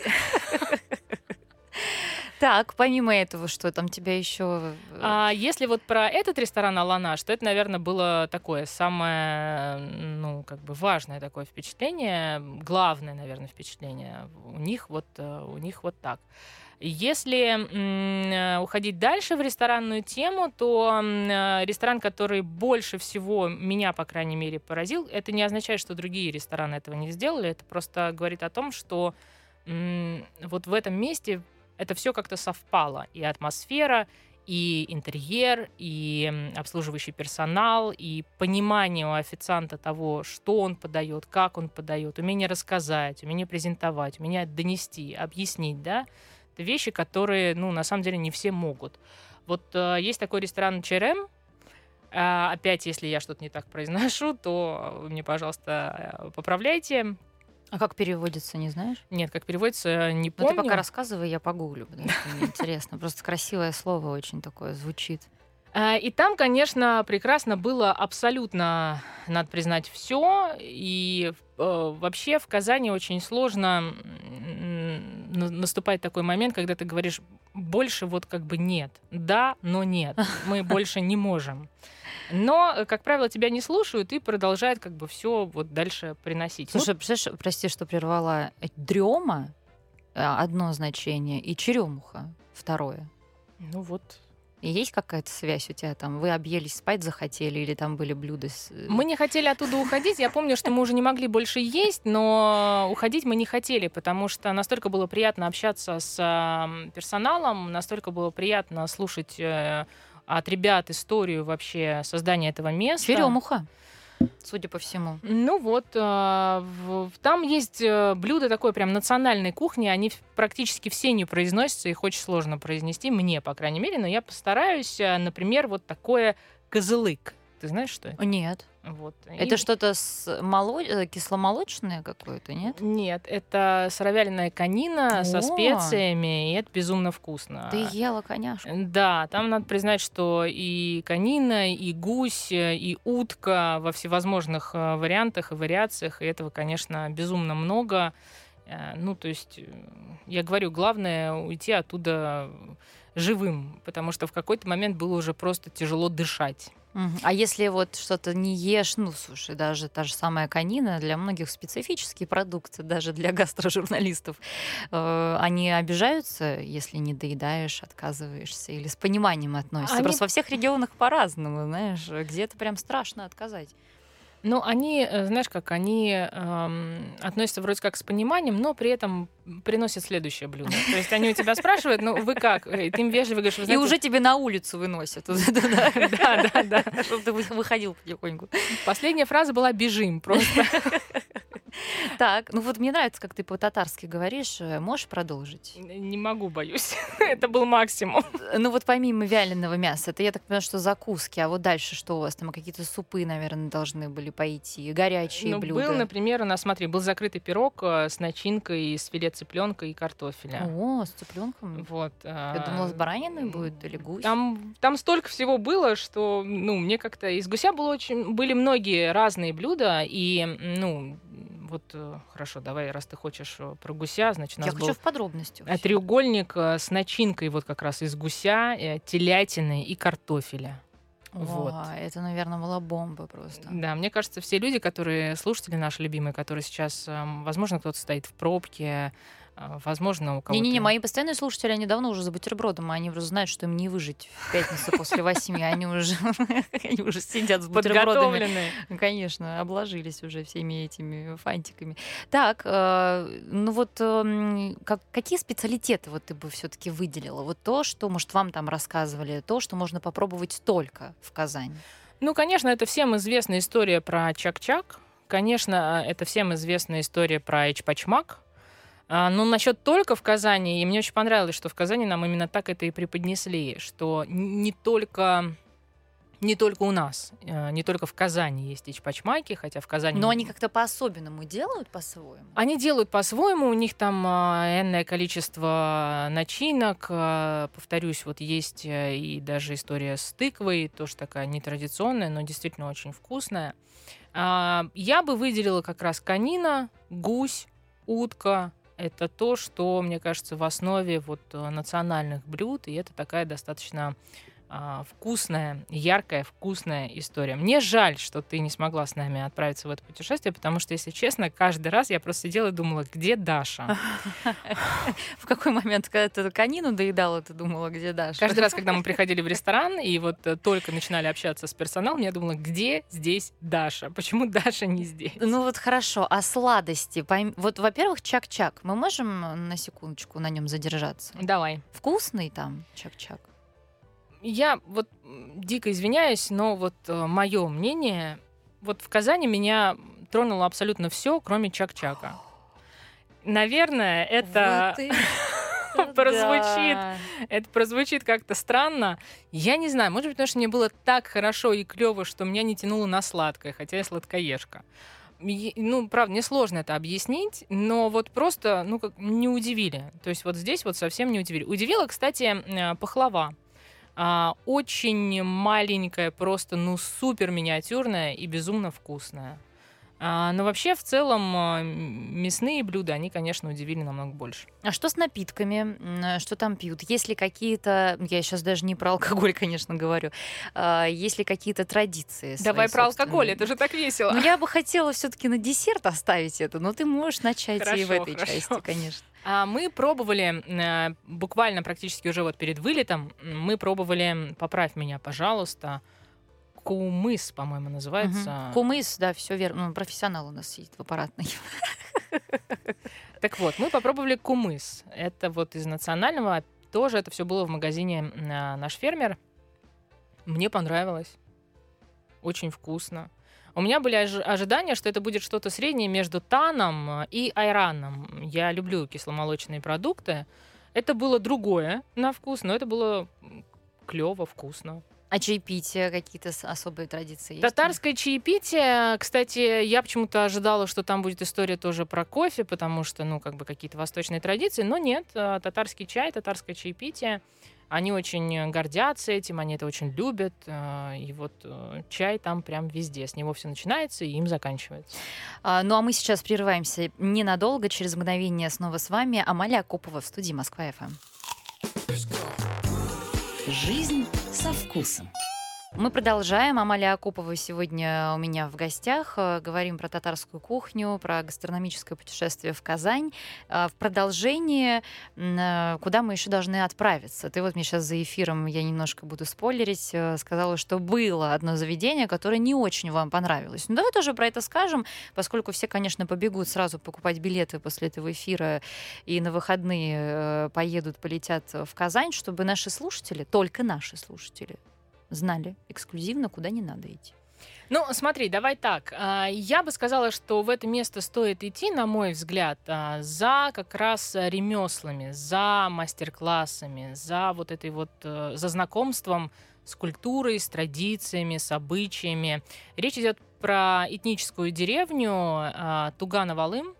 Так, помимо этого, что там тебя еще... А если вот про этот ресторан «Аланаш», то это, наверное, было такое самое, ну, как бы важное такое впечатление, главное, наверное, впечатление. У них вот, э, у них вот так. Если м, э, уходить дальше в ресторанную тему, то м, э, ресторан, который больше всего меня, по крайней мере, поразил, это не означает, что другие рестораны этого не сделали, это просто говорит о том, что м, вот в этом месте это все как-то совпало. И атмосфера, и интерьер, и м, обслуживающий персонал, и понимание у официанта того, что он подает, как он подает, умение рассказать, умение презентовать, умение донести, объяснить, да, это вещи, которые, ну, на самом деле не все могут. Вот э, есть такой ресторан Черем. Э, опять, если я что-то не так произношу, то вы мне, пожалуйста, э, поправляйте. А как переводится, не знаешь? Нет, как переводится, не Ну, ты помню. пока рассказывай, я погуглю, потому что мне интересно. Просто красивое слово очень такое звучит. А, И там, конечно, прекрасно было абсолютно, надо признать, все. И э, вообще в Казани очень сложно м, на- наступает такой момент, когда ты говоришь, больше вот как бы нет. Да, но нет. Мы больше не можем. Но, э, как правило, тебя не слушают и продолжают как бы все вот дальше приносить. Ну, Слушай, представляешь, прости, что прервала. Дрема одно значение и черемуха второе. ну вот. И есть какая-то связь у тебя там? Вы объелись, спать захотели или там были блюда с... э, Мы не хотели оттуда уходить. Я помню, что мы уже не могли больше есть, но уходить мы не хотели, потому что настолько было приятно общаться с ам, персоналом, настолько было приятно слушать э, от ребят историю вообще создания этого места. Черемуха, судя по всему. Ну вот, а, в- в- там есть э, блюда такой прям национальной кухни, они в- практически все не произносятся, их очень сложно произнести, мне, по крайней мере, но я постараюсь. А, Например, вот такое козылык. Ты знаешь, что это? Нет. Вот. Это И- что-то с моло... э, кисломолочное какое-то, нет? Нет, это сыровяленая конина со О! специями, и это безумно вкусно. Ты ела, конечно. Да, там надо признать, что и конина, и гусь, э, и утка во всевозможных э, вариантах и вариациях, и этого, конечно, безумно много. Э, Ну, то есть, э, я говорю, главное уйти оттуда живым, потому что в какой-то момент было уже просто тяжело дышать. Мгм. А если вот что-то не ешь, ну, слушай, даже та же самая конина, для многих специфический продукт, даже для гастрожурналистов, э, они обижаются, если не доедаешь, отказываешься, или с пониманием относятся? Они- Просто во всех регионах по-разному, знаешь, где-то прям страшно отказать. Ну, они, э, знаешь, как они эм, относятся вроде как с пониманием, но при этом приносят следующее блюдо. То есть они у тебя спрашивают, ну вы как? И ты им вежливо говоришь, вы И знаете, уже тебе на улицу выносят, вот это, да, да, да, да. чтобы ты вы- выходил потихоньку. Последняя фраза была «бежим» просто. Так, ну вот мне нравится, как ты по-татарски говоришь. Э, Можешь продолжить? Не могу, боюсь. Это был максимум. Ну вот помимо вяленого мяса, это, я так понимаю, что закуски, а вот дальше что у вас там? Какие-то супы, наверное, должны были пойти, горячие Ну, блюда. был, например, у нас, смотри, был закрытый пирог э, с начинкой из филе цыпленка и картофеля. О, с цыпленком. Вот. Я думала, с бараниной будет или гусь. Там, там столько всего было, что, ну, мне как-то из гуся было очень, были многие разные блюда, и, ну, вот, э, хорошо, давай, раз ты хочешь э, про гуся, значит, у нас Я был хочу в подробности. э, вообще. треугольник э, с начинкой вот как раз из гуся, э, телятины и картофеля. Вот. О, это, наверное, была бомба просто. Да, мне кажется, все люди, которые, слушатели наши любимые, которые сейчас, эм, возможно, кто-то стоит в пробке, э, возможно, у кого-то... Не-не-не, мои постоянные слушатели, они давно уже за бутербродом, они уже знают, что им не выжить в пятницу после восьми, они уже они уже сидят с бутербродами. подготовленные. Конечно, обложились уже всеми этими фантиками. Так, э, ну вот эм, как- какие специалитеты вот ты бы все-таки выделила? Вот то, что, может, вам там рассказывали, то, что можно попробовать только в Казани. Ну, конечно, это всем известная история про чак-чак. Конечно, это всем известная история про эчпачмак. А, Но насчет только в Казани, и мне очень понравилось, что в Казани нам именно так это и преподнесли, что н- не только, не только у нас, э, не только в Казани есть эчпачмаки, хотя в Казани... Но они как-то по-особенному делают по-своему. Они делают по-своему, у них там а, энное количество начинок. а, Повторюсь, вот есть э, и даже история с тыквой, тоже такая нетрадиционная, но действительно очень вкусная. А, Я бы выделила как раз конина, гусь, утка. Это то, что, мне кажется, в основе вот э, национальных блюд, и это такая достаточно а, вкусная, яркая, вкусная история. Мне жаль, что ты не смогла с нами отправиться в это путешествие, потому что, если честно, каждый раз я просто сидела и думала, где Даша? В какой момент, когда ты конину доедала, ты думала, где Даша? Каждый раз, когда мы приходили в ресторан и вот э, только начинали общаться с персоналом, я думала, где здесь Даша? Почему Даша не здесь? Ну вот хорошо, а сладости? Пойм- Вот, во-первых, чак-чак. Мы можем на секундочку на нем задержаться? Давай. Вкусный там чак-чак? Я вот м, дико извиняюсь, но вот мое мнение, вот в Казани меня тронуло абсолютно все, кроме чак-чака. Наверное, это, прозвучит. это прозвучит как-то странно. Я не знаю, может быть, потому что мне было так хорошо и клево, что меня не тянуло на сладкое, хотя я сладкоежка. е- ну, правда, мне сложно это объяснить, но вот просто, ну, как не удивили. То есть вот здесь вот совсем не удивили. Удивила, кстати, э, пахлава. А, очень маленькая, просто, ну, супер миниатюрная и безумно вкусная. А, но вообще, в целом, а, м, мясные блюда, они, конечно, удивили намного больше. А что с напитками? М, э, Что там пьют? Есть ли какие-то, я сейчас даже не про алкоголь, конечно, говорю, а, есть ли какие-то традиции Давай свои про алкоголь, собственные? это же так весело. Ну, я бы хотела все-таки на десерт оставить это, но ты можешь начать и в Хорошо, этой хорошо. части, конечно. А, Мы пробовали, э, буквально практически уже вот перед вылетом, м, мы пробовали, поправь меня, пожалуйста, кумыс, по-моему, Мгм. называется. Кумыс, да, все верно. Ну, профессионал у нас сидит в аппаратной. Так вот, мы попробовали кумыс. Это вот из национального. Тоже это все было в магазине а, «Наш фермер». Мне понравилось. Очень вкусно. У меня были ожи- ожидания, что это будет что-то среднее между таном а, и айраном. Я люблю кисломолочные продукты. Это было другое на вкус, но это было клево, вкусно. А чаепитие, какие-то с- особые традиции есть? Татарское чаепитие, кстати, я почему-то ожидала, что там будет история тоже про кофе, потому что, ну, как бы какие-то восточные традиции, но нет, а, татарский чай, татарское чаепитие, они очень гордятся этим, они это очень любят, а, и вот э, чай там прям везде, с него все начинается и им заканчивается. А, ну, а мы сейчас прерываемся ненадолго, через мгновение снова с вами. Амалия Акопова в студии Москва-ФМ. Жизнь со вкусом. Мы продолжаем. Амалия Акопова сегодня у меня в гостях. Э, Говорим про татарскую кухню, про гастрономическое путешествие в Казань. А В продолжении, м, э, куда мы еще должны отправиться? Ты вот мне сейчас за эфиром, я немножко буду спойлерить, э, сказала, что было одно заведение, которое не очень вам понравилось. Ну, давай тоже про это скажем, поскольку все, конечно, побегут сразу покупать билеты после этого эфира и на выходные э, поедут, полетят в Казань, чтобы наши слушатели, только наши слушатели, знали эксклюзивно, куда не надо идти. Ну, смотри, давай так. А, Я бы сказала, что в это место стоит идти, на мой взгляд, а, за как раз а, ремеслами, за мастер-классами, за вот этой вот, э, за знакомством с культурой, с традициями, с обычаями. Речь идет про этническую деревню а, Туган-Авалым.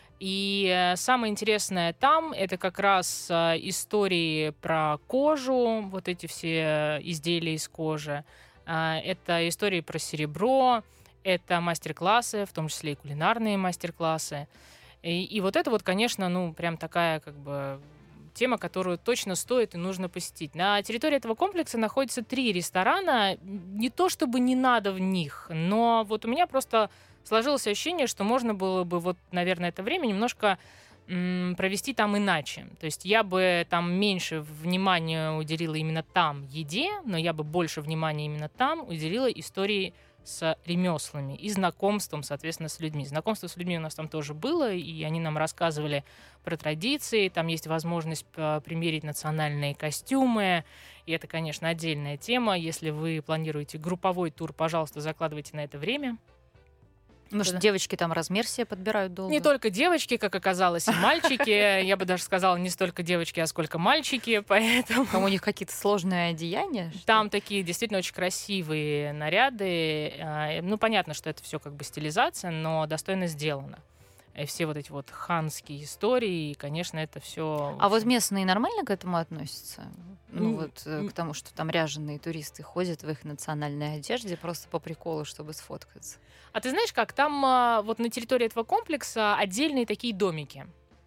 И э, самое интересное там это как раз а, истории про кожу, вот эти все изделия из кожи. А, Это истории про серебро, это мастер-классы, в том числе и кулинарные мастер-классы. И, и вот это вот, конечно, ну прям такая как бы тема, которую точно стоит и нужно посетить. На территории этого комплекса находится три ресторана. Не то чтобы не надо в них, но вот у меня просто сложилось ощущение, что можно было бы вот, наверное, это время немножко м, провести там иначе. То есть я бы там меньше внимания уделила именно там еде, но я бы больше внимания именно там уделила истории с ремеслами и знакомством, соответственно, с людьми. Знакомство с людьми у нас там тоже было, и они нам рассказывали про традиции, там есть возможность п- примерить национальные костюмы, и это, конечно, отдельная тема. Если вы планируете групповой тур, пожалуйста, закладывайте на это время. Может, Да. девочки там размер себе подбирают долго? Не только девочки, как оказалось, и мальчики. Я бы даже сказала, не столько девочки, а сколько мальчики, поэтому... Там у них какие-то сложные одеяния? что ли? Там такие действительно очень красивые наряды. А, Ну, понятно, что это все как бы стилизация, но достойно сделано. И все вот эти вот ханские истории, и, конечно, это все. А вот местные нормально к этому относятся? Ну М, вот э, м. к тому, что там ряженые туристы ходят в их национальной одежде просто по приколу, чтобы сфоткаться. А ты знаешь как, там а, вот на территории этого комплекса отдельные такие домики.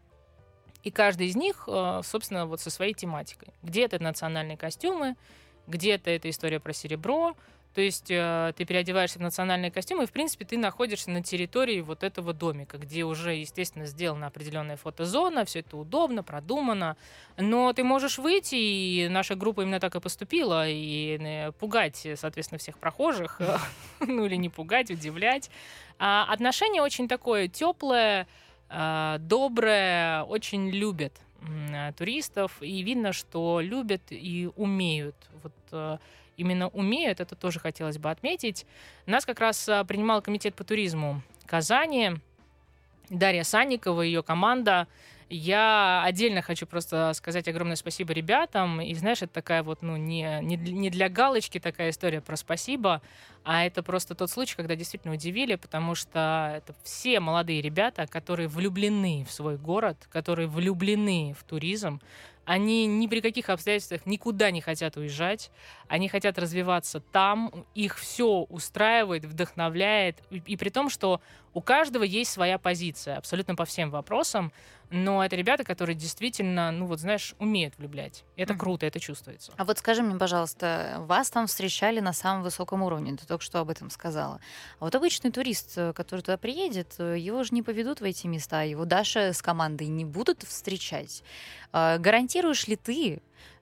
И каждый из них, а, собственно, вот со своей тематикой. Где-то это национальные костюмы, где-то это история про серебро. То есть э, ты переодеваешься в национальные костюмы, и, в принципе, ты находишься на территории вот этого домика, где уже, естественно, сделана определенная фотозона, все это удобно, продумано. Но ты можешь выйти, и наша группа именно так и поступила, и э, пугать, соответственно, всех прохожих, ну или не пугать, удивлять. А отношение очень такое теплое, э, доброе, очень любят м, э, туристов, и видно, что любят и умеют. Вот э, именно умеют, это тоже хотелось бы отметить. Нас как раз а, принимал комитет по туризму Казани, Дарья Санникова и ее команда. Я отдельно хочу просто сказать огромное спасибо ребятам. И знаешь, это такая вот, ну, не, не, для- не для галочки такая история про спасибо, а это просто тот случай, когда действительно удивили, потому что это все молодые ребята, которые влюблены в свой город, которые влюблены в туризм. Они ни при каких обстоятельствах никуда не хотят уезжать. Они хотят развиваться там. Их все устраивает, вдохновляет. И, и при том, что у каждого есть своя позиция абсолютно по всем вопросам. Но это ребята, которые действительно, ну вот знаешь, умеют влюблять. Это Мгм. круто, это чувствуется. А вот скажи мне, пожалуйста, вас там встречали на самом высоком уровне, ты только что об этом сказала. А вот обычный турист, э, который туда приедет, э, его же не поведут в эти места, его Даша с командой не будут встречать. А, Гарантируешь ли ты,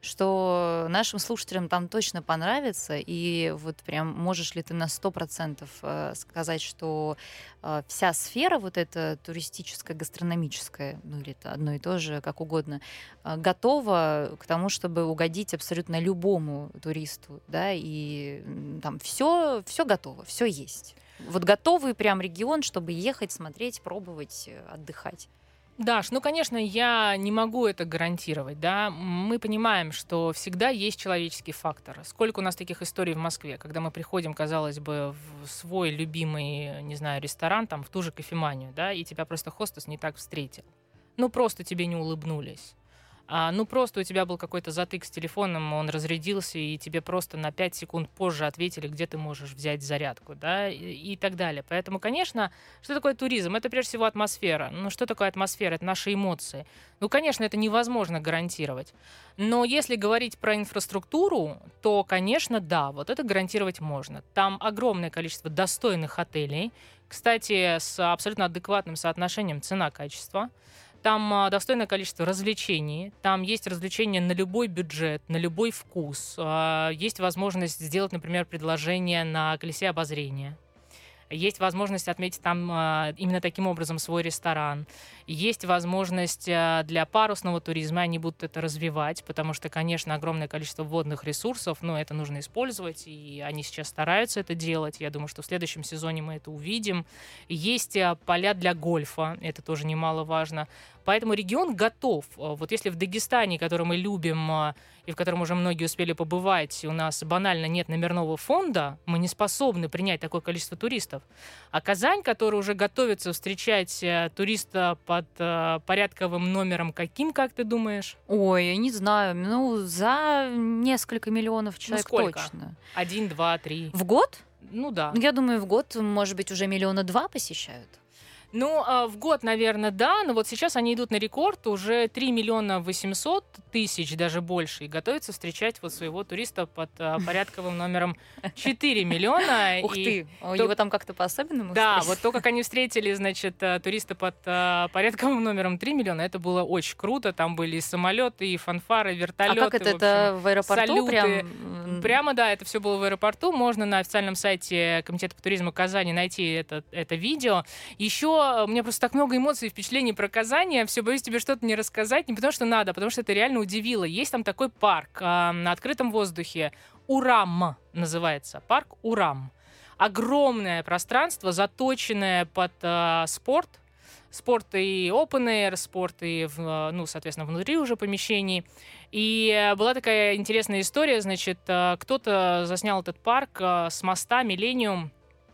что нашим слушателям там точно понравится, и вот прям можешь ли ты на сто процентов э, сказать, что э, вся сфера вот эта туристическая, гастрономическая, ну или это одно и то же, как угодно, а, готова к тому, чтобы угодить абсолютно любому туристу, да, и м, там все, все готово, все есть. Вот готовый прям регион, чтобы ехать, смотреть, пробовать, э, отдыхать. Даш, ну, конечно, я не могу это гарантировать, да. Мы понимаем, что всегда есть человеческий фактор. Сколько у нас таких историй в Москве, когда мы приходим, казалось бы, в свой любимый, не знаю, ресторан, там, в ту же кофеманию, да, и тебя просто хостес не так встретил. Ну, просто тебе не улыбнулись. А, ну, просто у тебя был какой-то затык с телефоном, он разрядился, и тебе просто на пять секунд позже ответили, где ты можешь взять зарядку, да, и, и так далее. Поэтому, конечно, что такое туризм? Это, прежде всего, атмосфера. Ну, что такое атмосфера? Это наши эмоции. Ну, конечно, это невозможно гарантировать. Но если говорить про инфраструктуру, то, конечно, да, вот это гарантировать можно. Там огромное количество достойных отелей, кстати, с абсолютно адекватным соотношением цена-качество. Там а, достойное количество развлечений. Там есть развлечения на любой бюджет, на любой вкус. А, Есть возможность сделать, например, предложение на колесе обозрения. Есть возможность отметить там а, именно таким образом свой ресторан. Есть возможность а, для парусного туризма, они будут это развивать, потому что, конечно, огромное количество водных ресурсов, но это нужно использовать, и они сейчас стараются это делать. Я думаю, что в следующем сезоне мы это увидим. Есть а, поля для гольфа, это тоже немаловажно. Поэтому регион готов. А, Вот если в Дагестане, который мы любим, а, и в котором уже многие успели побывать, у нас банально нет номерного фонда, мы не способны принять такое количество туристов. А Казань, которая уже готовится встречать э, туриста под э, порядковым номером каким, как ты думаешь? Ой, я не знаю, ну, за несколько миллионов человек сколько? точно. Один, два, три. В год? Ну да. Ну, я думаю, в год, может быть, уже миллиона два посещают. Ну, а, в год, наверное, да, но вот сейчас они идут на рекорд, уже три миллиона восемьсот тысяч, даже больше, и готовятся встречать вот своего туриста под а, порядковым номером четыре миллиона. Ух И ты, а то- его там как-то по-особенному Да, встретили? вот то, как они встретили, значит, а, туриста под а, порядковым номером три миллиона, это было очень круто. Там были и самолеты, и фанфары, А вертолеты. как это, это в аэропорту салюты. прям? м, Прямо, да, это все было в аэропорту. Можно на официальном сайте Комитета по туризму Казани найти это, это видео. Еще у меня просто так много эмоций и впечатлений про Казань. Я все боюсь тебе что-то не рассказать. Не потому что надо, а потому что это реально удивило. Есть там такой парк а, на открытом воздухе. Урам называется. Парк Урам. Огромное пространство, заточенное под а, спорт. Спорт и open air, спорт и, в, ну, соответственно, внутри уже помещений. И э, была такая интересная история, значит, э, кто-то заснял этот парк э, с моста Millennium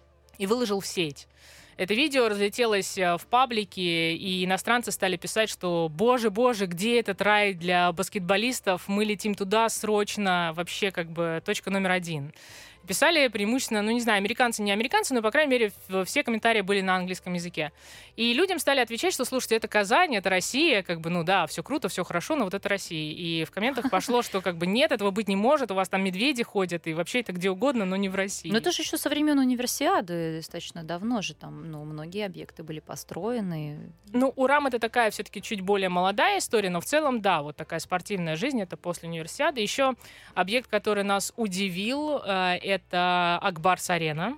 и выложил в сеть. Это видео разлетелось э, в паблике, и иностранцы стали писать, что «Боже, боже, где этот рай для баскетболистов? Мы летим туда срочно, вообще как бы точка номер один». Писали преимущественно, ну не знаю, американцы, не американцы, но, по крайней мере, в- все комментарии были на английском языке. И людям стали отвечать, что, слушайте, это Казань, это Россия, как бы, ну да, все круто, все хорошо, но вот это Россия. И в комментах пошло, что как бы нет, этого быть не может, у вас там медведи ходят, и вообще это где угодно, но не в России. Ну, это же еще со времен универсиады достаточно давно же там, ну, многие объекты были построены. Ну, Урам — это такая все-таки чуть более молодая история, но в целом, да, вот такая спортивная жизнь, это после универсиады. Еще объект, который нас удивил, э, это Акбарс-арена.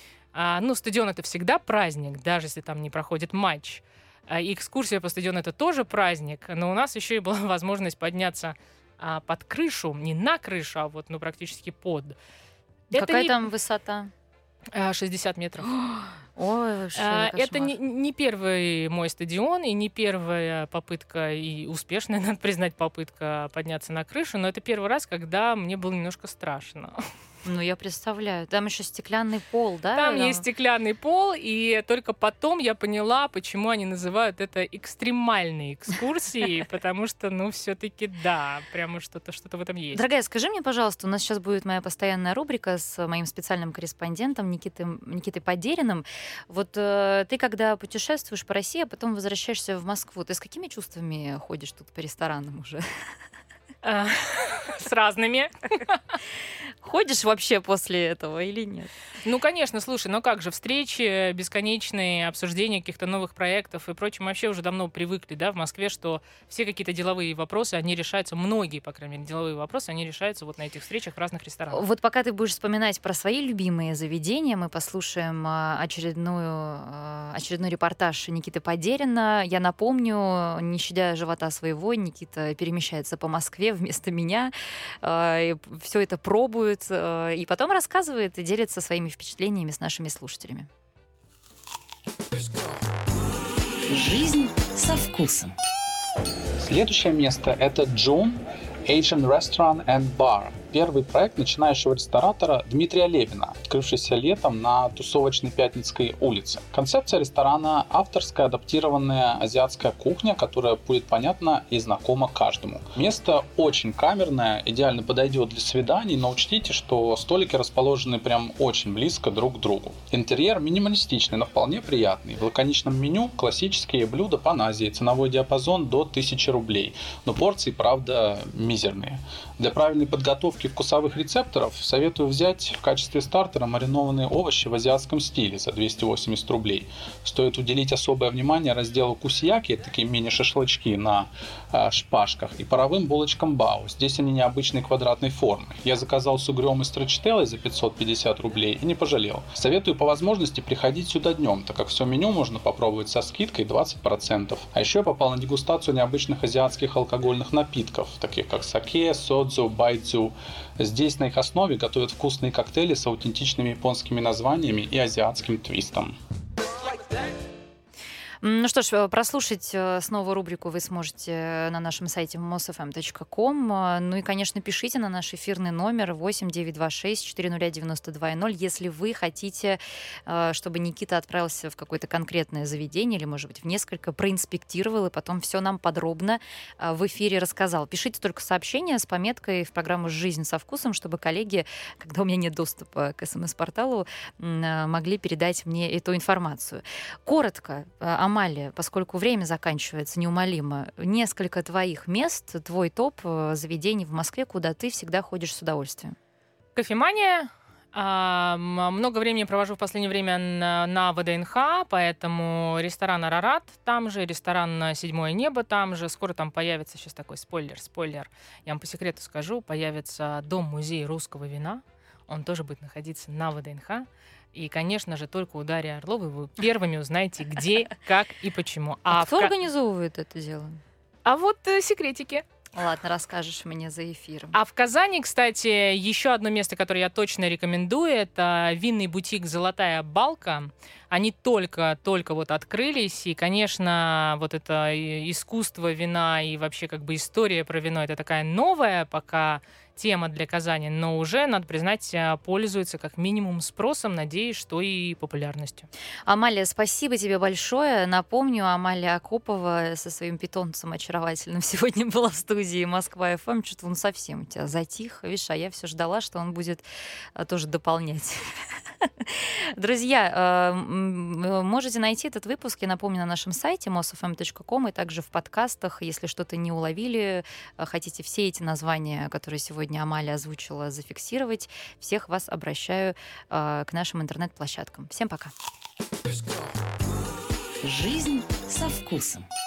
А, ну, стадион — это всегда праздник, даже если там не проходит матч. А, и экскурсия по стадиону — это тоже праздник, но у нас еще и была возможность подняться а, под крышу, не на крышу, а вот, ну, практически под. Это Какая не- там высота? а, шестьдесят метров. Ой, вообще А, Это кошмар. не, не первый мой стадион и не первая попытка, и успешная, надо признать, попытка подняться на крышу, но это первый раз, когда мне было немножко страшно. Ну, я представляю. Там еще стеклянный пол, да? Там есть стеклянный пол, и только потом я поняла, почему они называют это экстремальной экскурсией, потому что, ну, все-таки да, прямо что-то что-то в этом есть. Дорогая, скажи мне, пожалуйста, у нас сейчас будет моя постоянная рубрика с моим специальным корреспондентом Никитой, Никитой Подериным. Вот э, ты, когда путешествуешь по России, а потом возвращаешься в Москву, ты с какими чувствами ходишь тут по ресторанам уже? А, С разными. Ходишь вообще после этого или нет? Ну, конечно, слушай, ну как же, встречи, бесконечные обсуждения каких-то новых проектов и прочим, вообще уже давно привыкли, да, в Москве, что все какие-то деловые вопросы, они решаются, многие, по крайней мере, деловые вопросы, они решаются вот на этих встречах в разных ресторанах. Вот пока ты будешь вспоминать про свои любимые заведения, мы послушаем а, очередную, а, очередной репортаж Никиты Подерина. Я напомню, не щадя живота своего, Никита перемещается по Москве вместо меня, все это пробует, а, и потом рассказывает и делится своими впечатлениями с нашими слушателями. Жизнь со вкусом. Следующее место – это June Asian Restaurant and Bar. Первый проект начинающего ресторатора Дмитрия Левина, открывшийся летом на Тусовочной Пятницкой улице. Концепция ресторана – авторская адаптированная азиатская кухня, которая будет понятна и знакома каждому. Место очень камерное, идеально подойдет для свиданий, но учтите, что столики расположены прям очень близко друг к другу. Интерьер минималистичный, но вполне приятный. В лаконичном меню классические блюда паназии, ценовой диапазон до тысячи рублей, но порции, правда, мизерные. Для правильной подготовки вкусовых рецепторов советую взять в качестве стартера маринованные овощи в азиатском стиле за двести восемьдесят рублей. Стоит уделить особое внимание разделу кусьяки, такие мини-шашлычки на э, шпажках, и паровым булочкам бао. Здесь они необычной квадратной формы. Я заказал с угрём и строчителлой за пятьсот пятьдесят рублей и не пожалел. Советую по возможности приходить сюда днем, так как все меню можно попробовать со скидкой двадцать процентов. А еще я попал на дегустацию необычных азиатских алкогольных напитков, таких как саке, содзу, байдзю. Здесь на их основе готовят вкусные коктейли с аутентичными японскими названиями и азиатским твистом. Ну что ж, прослушать снова рубрику вы сможете на нашем сайте мосфм точка ком. Ну и, конечно, пишите на наш эфирный номер восемь девятьсот двадцать шесть четыреста девяносто два ноль, если вы хотите, чтобы Никита отправился в какое-то конкретное заведение или, может быть, в несколько, проинспектировал и потом все нам подробно в эфире рассказал. Пишите только сообщения с пометкой в программу «Жизнь со вкусом», чтобы коллеги, когда у меня нет доступа к СМС-порталу, могли передать мне эту информацию. Коротко, Амалия, поскольку время заканчивается неумолимо, несколько твоих мест, твой топ заведений в Москве, куда ты всегда ходишь с удовольствием. Кофемания. А, много времени провожу в последнее время на, на ВДНХ, поэтому ресторан «Арарат» там же, ресторан «Седьмое небо» там же. Скоро там появится, сейчас такой спойлер, спойлер, я вам по секрету скажу, появится дом-музей русского вина. Он тоже будет находиться на ВДНХ. И, конечно же, только у Дарьи Орловой вы первыми узнаете, где, как и почему. А, А кто в... организовывает это дело? А вот э, секретики. Ладно, расскажешь мне за эфиром. А в Казани, кстати, еще одно место, которое я точно рекомендую, это винный бутик «Золотая балка». Они только-только вот открылись, и, конечно, вот это искусство вина и вообще как бы история про вино — это такая новая пока тема для Казани, но уже, надо признать, пользуется как минимум спросом, надеюсь, что и популярностью. Амалия, спасибо тебе большое. Напомню, Амалия Акопова со своим питомцем очаровательным сегодня была в студии Москва-ФМ. Что-то он совсем у тебя затих. Видишь, а я все ждала, что он будет тоже дополнять. Друзья, можете найти этот выпуск, я напомню, на нашем сайте мосфм точка ком и также в подкастах. Если что-то не уловили, хотите все эти названия, которые сегодня Амалия озвучила, зафиксировать, всех вас обращаю к нашим интернет-площадкам. Всем пока. Жизнь со вкусом.